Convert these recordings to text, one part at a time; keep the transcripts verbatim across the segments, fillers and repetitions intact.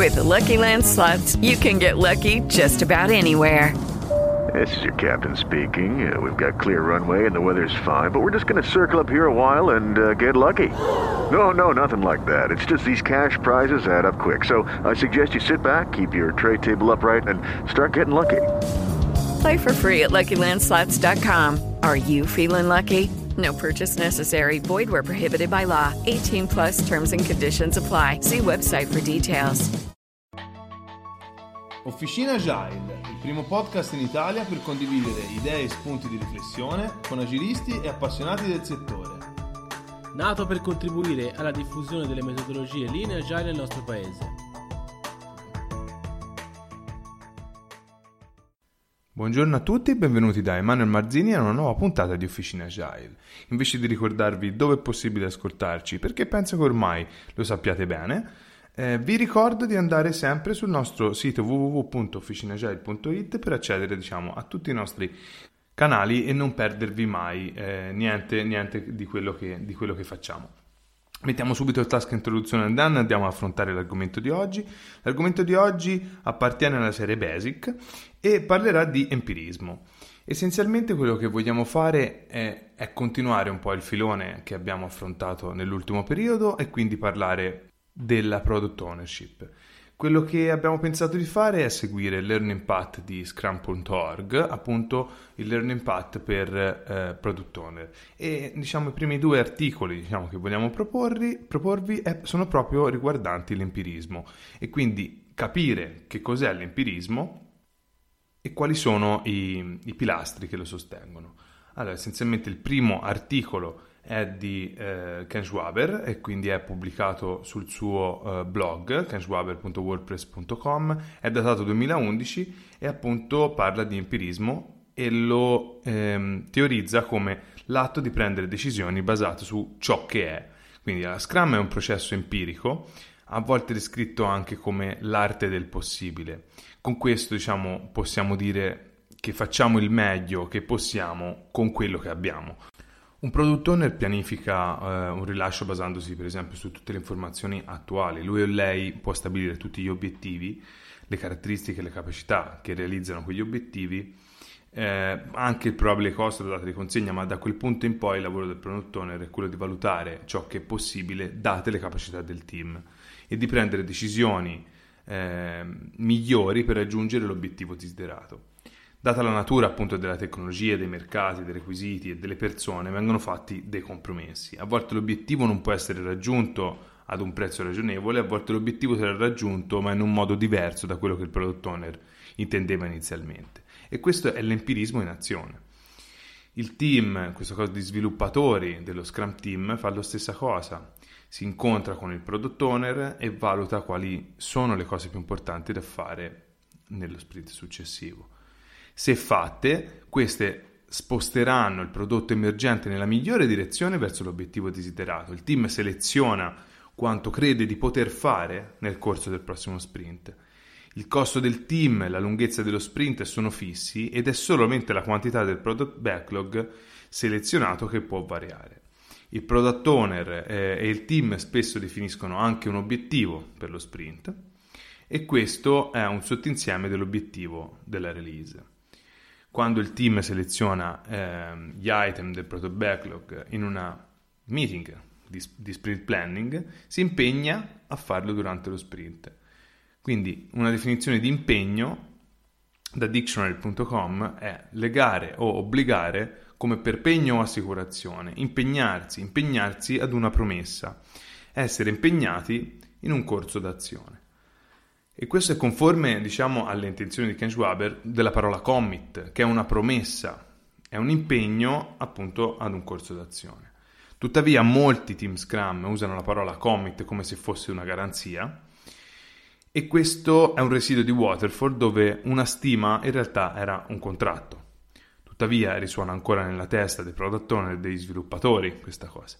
With the Lucky Land Slots, you can get lucky just about anywhere. This is your captain speaking. Uh, we've got clear runway and the weather's fine, but we're just going to circle up here a while and uh, get lucky. No, no, nothing like that. It's just these cash prizes add up quick. So I suggest you sit back, keep your tray table upright, and start getting lucky. Play for free at Lucky Land Slots dot com. Are you feeling lucky? No purchase necessary. Void where prohibited by law. eighteen plus terms and conditions apply. See website for details. Officina Agile, il primo podcast in Italia per condividere idee e spunti di riflessione con agilisti e appassionati del settore. Nato per contribuire alla diffusione delle metodologie Lean e Agile nel nostro paese. Buongiorno a tutti e benvenuti da Emanuele Marzini a una nuova puntata di Officina Agile. Invece di ricordarvi dove è possibile ascoltarci, perché penso che ormai lo sappiate bene, Eh, vi ricordo di andare sempre sul nostro sito w w w punto officinagile punto i t per accedere, diciamo, a tutti i nostri canali e non perdervi mai eh, niente, niente di quello che, di quello che facciamo. Mettiamo subito il task introduzione and done, andiamo ad affrontare l'argomento di oggi. L'argomento di oggi appartiene alla serie Basic e parlerà di empirismo. Essenzialmente quello che vogliamo fare è, è continuare un po' il filone che abbiamo affrontato nell'ultimo periodo e quindi parlare della product ownership. Quello che abbiamo pensato di fare è seguire il Learning Path di scrum punto org, appunto il Learning Path per eh, product owner, e diciamo i primi due articoli, diciamo, che vogliamo proporvi, proporvi è, sono proprio riguardanti l'empirismo e quindi capire che cos'è l'empirismo e quali sono i, i pilastri che lo sostengono. Allora, essenzialmente il primo articolo è di eh, Ken Schwaber e quindi è pubblicato sul suo uh, blog ken schwaber punto wordpress punto com, è datato duemilaundici e appunto parla di empirismo e lo ehm, teorizza come l'atto di prendere decisioni basato su ciò che è. Quindi la Scrum è un processo empirico, a volte descritto anche come l'arte del possibile. Con questo, diciamo, possiamo dire che facciamo il meglio che possiamo con quello che abbiamo. Un product owner pianifica eh, un rilascio basandosi per esempio su tutte le informazioni attuali. Lui o lei può stabilire tutti gli obiettivi, le caratteristiche e le capacità che realizzano quegli obiettivi, eh, anche il probabile costo della data di consegna, ma da quel punto in poi il lavoro del product owner è quello di valutare ciò che è possibile date le capacità del team e di prendere decisioni eh, migliori per raggiungere l'obiettivo desiderato. Data la natura appunto della tecnologia, dei mercati, dei requisiti e delle persone, vengono fatti dei compromessi. A volte l'obiettivo non può essere raggiunto ad un prezzo ragionevole, a volte l'obiettivo sarà raggiunto ma in un modo diverso da quello che il product owner intendeva inizialmente. E questo è l'empirismo in azione. Il team, questo caso di sviluppatori dello Scrum Team, fa la stessa cosa. Si incontra con il product owner e valuta quali sono le cose più importanti da fare nello sprint successivo. Se fatte, queste sposteranno il prodotto emergente nella migliore direzione verso l'obiettivo desiderato. Il team seleziona quanto crede di poter fare nel corso del prossimo sprint. Il costo del team e la lunghezza dello sprint sono fissi ed è solamente la quantità del product backlog selezionato che può variare. Il product owner eh, e il team spesso definiscono anche un obiettivo per lo sprint e questo è un sottinsieme dell'obiettivo della release. Quando il team seleziona eh, gli item del product backlog in una meeting di, di sprint planning, si impegna a farlo durante lo sprint. Quindi una definizione di impegno da dictionary punto com è legare o obbligare come per pegno o assicurazione, impegnarsi, impegnarsi ad una promessa, essere impegnati in un corso d'azione. E questo è conforme, diciamo, alle intenzioni di Ken Schwaber della parola commit, che è una promessa, è un impegno appunto ad un corso d'azione. Tuttavia molti team Scrum usano la parola commit come se fosse una garanzia e questo è un residuo di Waterfall dove una stima in realtà era un contratto. Tuttavia risuona ancora nella testa dei product owner e degli sviluppatori questa cosa.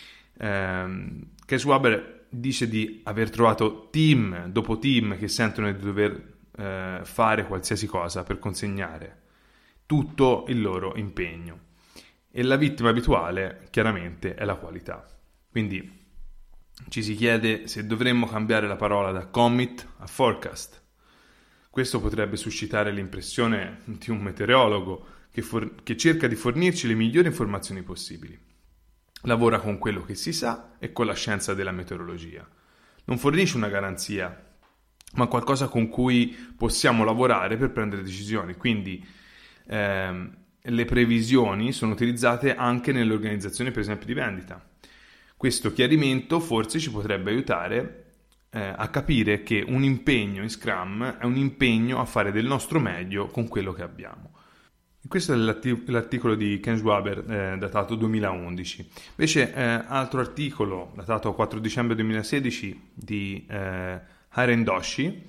Ehm, Ken Schwaber dice di aver trovato team dopo team che sentono di dover eh, fare qualsiasi cosa per consegnare tutto il loro impegno e la vittima abituale chiaramente è la qualità. Quindi Ci si chiede se dovremmo cambiare la parola da commit a forecast. Questo potrebbe suscitare l'impressione di un meteorologo che, for- che cerca di fornirci le migliori informazioni possibili. Lavora con quello che si sa e con la scienza della meteorologia. Non fornisce una garanzia, ma qualcosa con cui possiamo lavorare per prendere decisioni. Quindi ehm, le previsioni sono utilizzate anche nelle organizzazioni, per esempio, di vendita. Questo chiarimento forse ci potrebbe aiutare eh, a capire che un impegno in Scrum è un impegno a fare del nostro meglio con quello che abbiamo. Questo è l'articolo di Ken Schwaber, eh, datato duemilaundici. Invece, eh, altro articolo datato quattro dicembre duemilasedici di eh, Haren Doshi,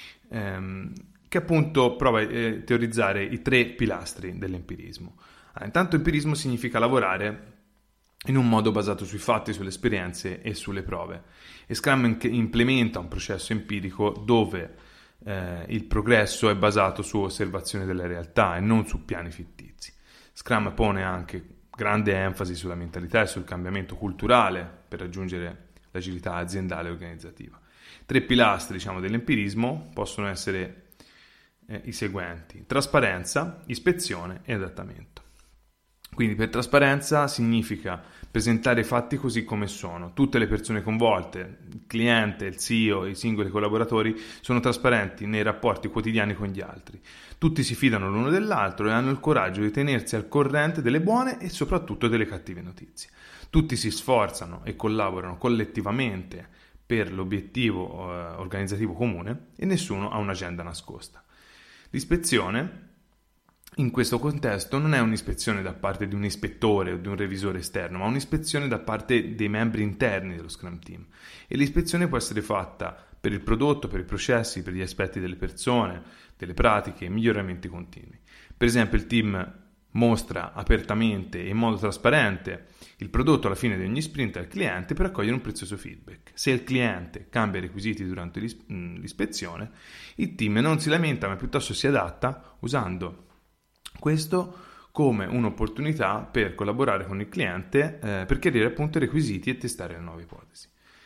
ehm, che appunto prova a eh, teorizzare i tre pilastri dell'empirismo. Ah, intanto, empirismo significa lavorare in un modo basato sui fatti, sulle esperienze e sulle prove. E Scrum implementa un processo empirico dove Eh, il progresso è basato su osservazione della realtà e non su piani fittizi. Scrum pone anche grande enfasi sulla mentalità e sul cambiamento culturale per raggiungere l'agilità aziendale e organizzativa. Tre pilastri, diciamo, dell'empirismo possono essere eh, i seguenti: trasparenza, ispezione e adattamento. Quindi per trasparenza significa presentare i fatti così come sono. Tutte le persone coinvolte, il cliente, il C E O, i singoli collaboratori, sono trasparenti nei rapporti quotidiani con gli altri. Tutti si fidano l'uno dell'altro e hanno il coraggio di tenersi al corrente delle buone e soprattutto delle cattive notizie. Tutti si sforzano e collaborano collettivamente per l'obiettivo eh, organizzativo comune e nessuno ha un'agenda nascosta. L'ispezione in questo contesto non è un'ispezione da parte di un ispettore o di un revisore esterno, ma un'ispezione da parte dei membri interni dello Scrum Team. E l'ispezione può essere fatta per il prodotto, per i processi, per gli aspetti delle persone, delle pratiche, miglioramenti continui. Per esempio, il team mostra apertamente e in modo trasparente il prodotto alla fine di ogni sprint al cliente per raccogliere un prezioso feedback. Se il cliente cambia i requisiti durante l'ispezione, il team non si lamenta, ma piuttosto si adatta usando questo come un'opportunità per collaborare con il cliente eh, per chiarire appunto i requisiti e testare le nuove ipotesi.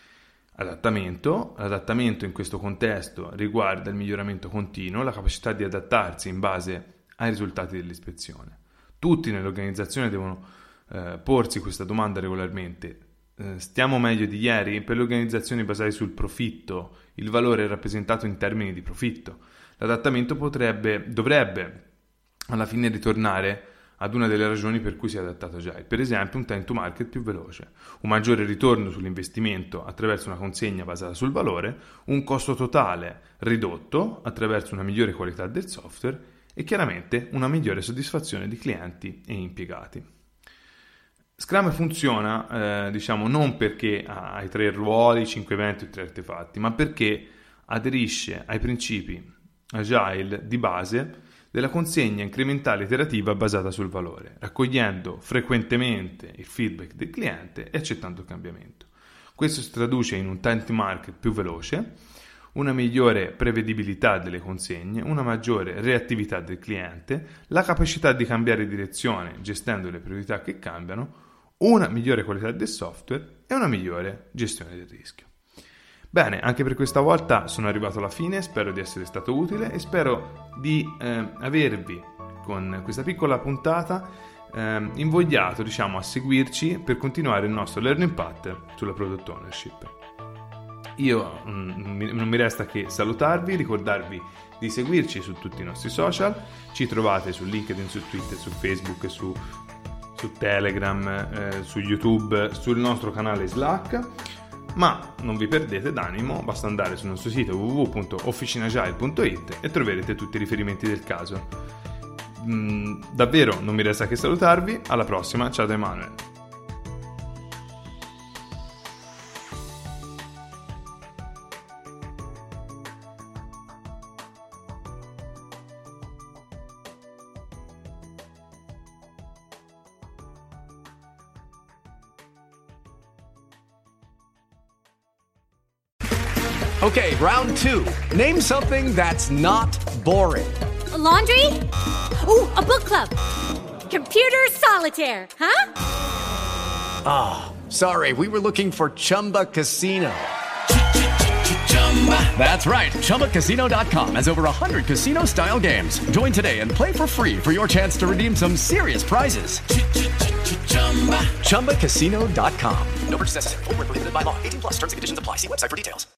Adattamento. L'adattamento in questo contesto riguarda il miglioramento continuo, la capacità di adattarsi in base ai risultati dell'ispezione. Tutti nell'organizzazione devono eh, porsi questa domanda regolarmente. Eh, stiamo meglio di ieri? Per le organizzazioni basate sul profitto, il valore è rappresentato in termini di profitto. L'adattamento potrebbe, dovrebbe alla fine ritornare ad una delle ragioni per cui si è adattato Agile, per esempio un time to market più veloce, un maggiore ritorno sull'investimento attraverso una consegna basata sul valore, un costo totale ridotto attraverso una migliore qualità del software e chiaramente una migliore soddisfazione di clienti e impiegati. Scrum funziona, eh, diciamo, non perché ha i tre ruoli, i cinque eventi e i tre artefatti, ma perché aderisce ai principi Agile di base della consegna incrementale iterativa basata sul valore, raccogliendo frequentemente il feedback del cliente e accettando il cambiamento. Questo si traduce in un time to market più veloce, una migliore prevedibilità delle consegne, una maggiore reattività del cliente, la capacità di cambiare direzione gestendo le priorità che cambiano, una migliore qualità del software e una migliore gestione del rischio. Bene, anche per questa volta sono arrivato alla fine, spero di essere stato utile e spero di eh, avervi con questa piccola puntata eh, invogliato, diciamo, a seguirci per continuare il nostro learning path sulla product ownership. Io mh, non mi resta che salutarvi, ricordarvi di seguirci su tutti i nostri social, ci trovate su LinkedIn, su Twitter, su Facebook, su, su Telegram, eh, su YouTube, sul nostro canale Slack. Ma non vi perdete d'animo, basta andare sul nostro sito w w w punto officinagile punto i t e troverete tutti i riferimenti del caso. Mm, davvero non mi resta che salutarvi, alla prossima, ciao da Emanuele. Okay, round two. Name something that's not boring. A laundry? Ooh, a book club. Computer solitaire, huh? Ah, oh, Sorry, we were looking for Chumba Casino. That's right. Chumba Casino dot com has over one hundred casino-style games. Join today and play for free for your chance to redeem some serious prizes. Chumba Casino dot com. No purchase necessary. Void where prohibited by law. eighteen plus terms and conditions apply. See website for details.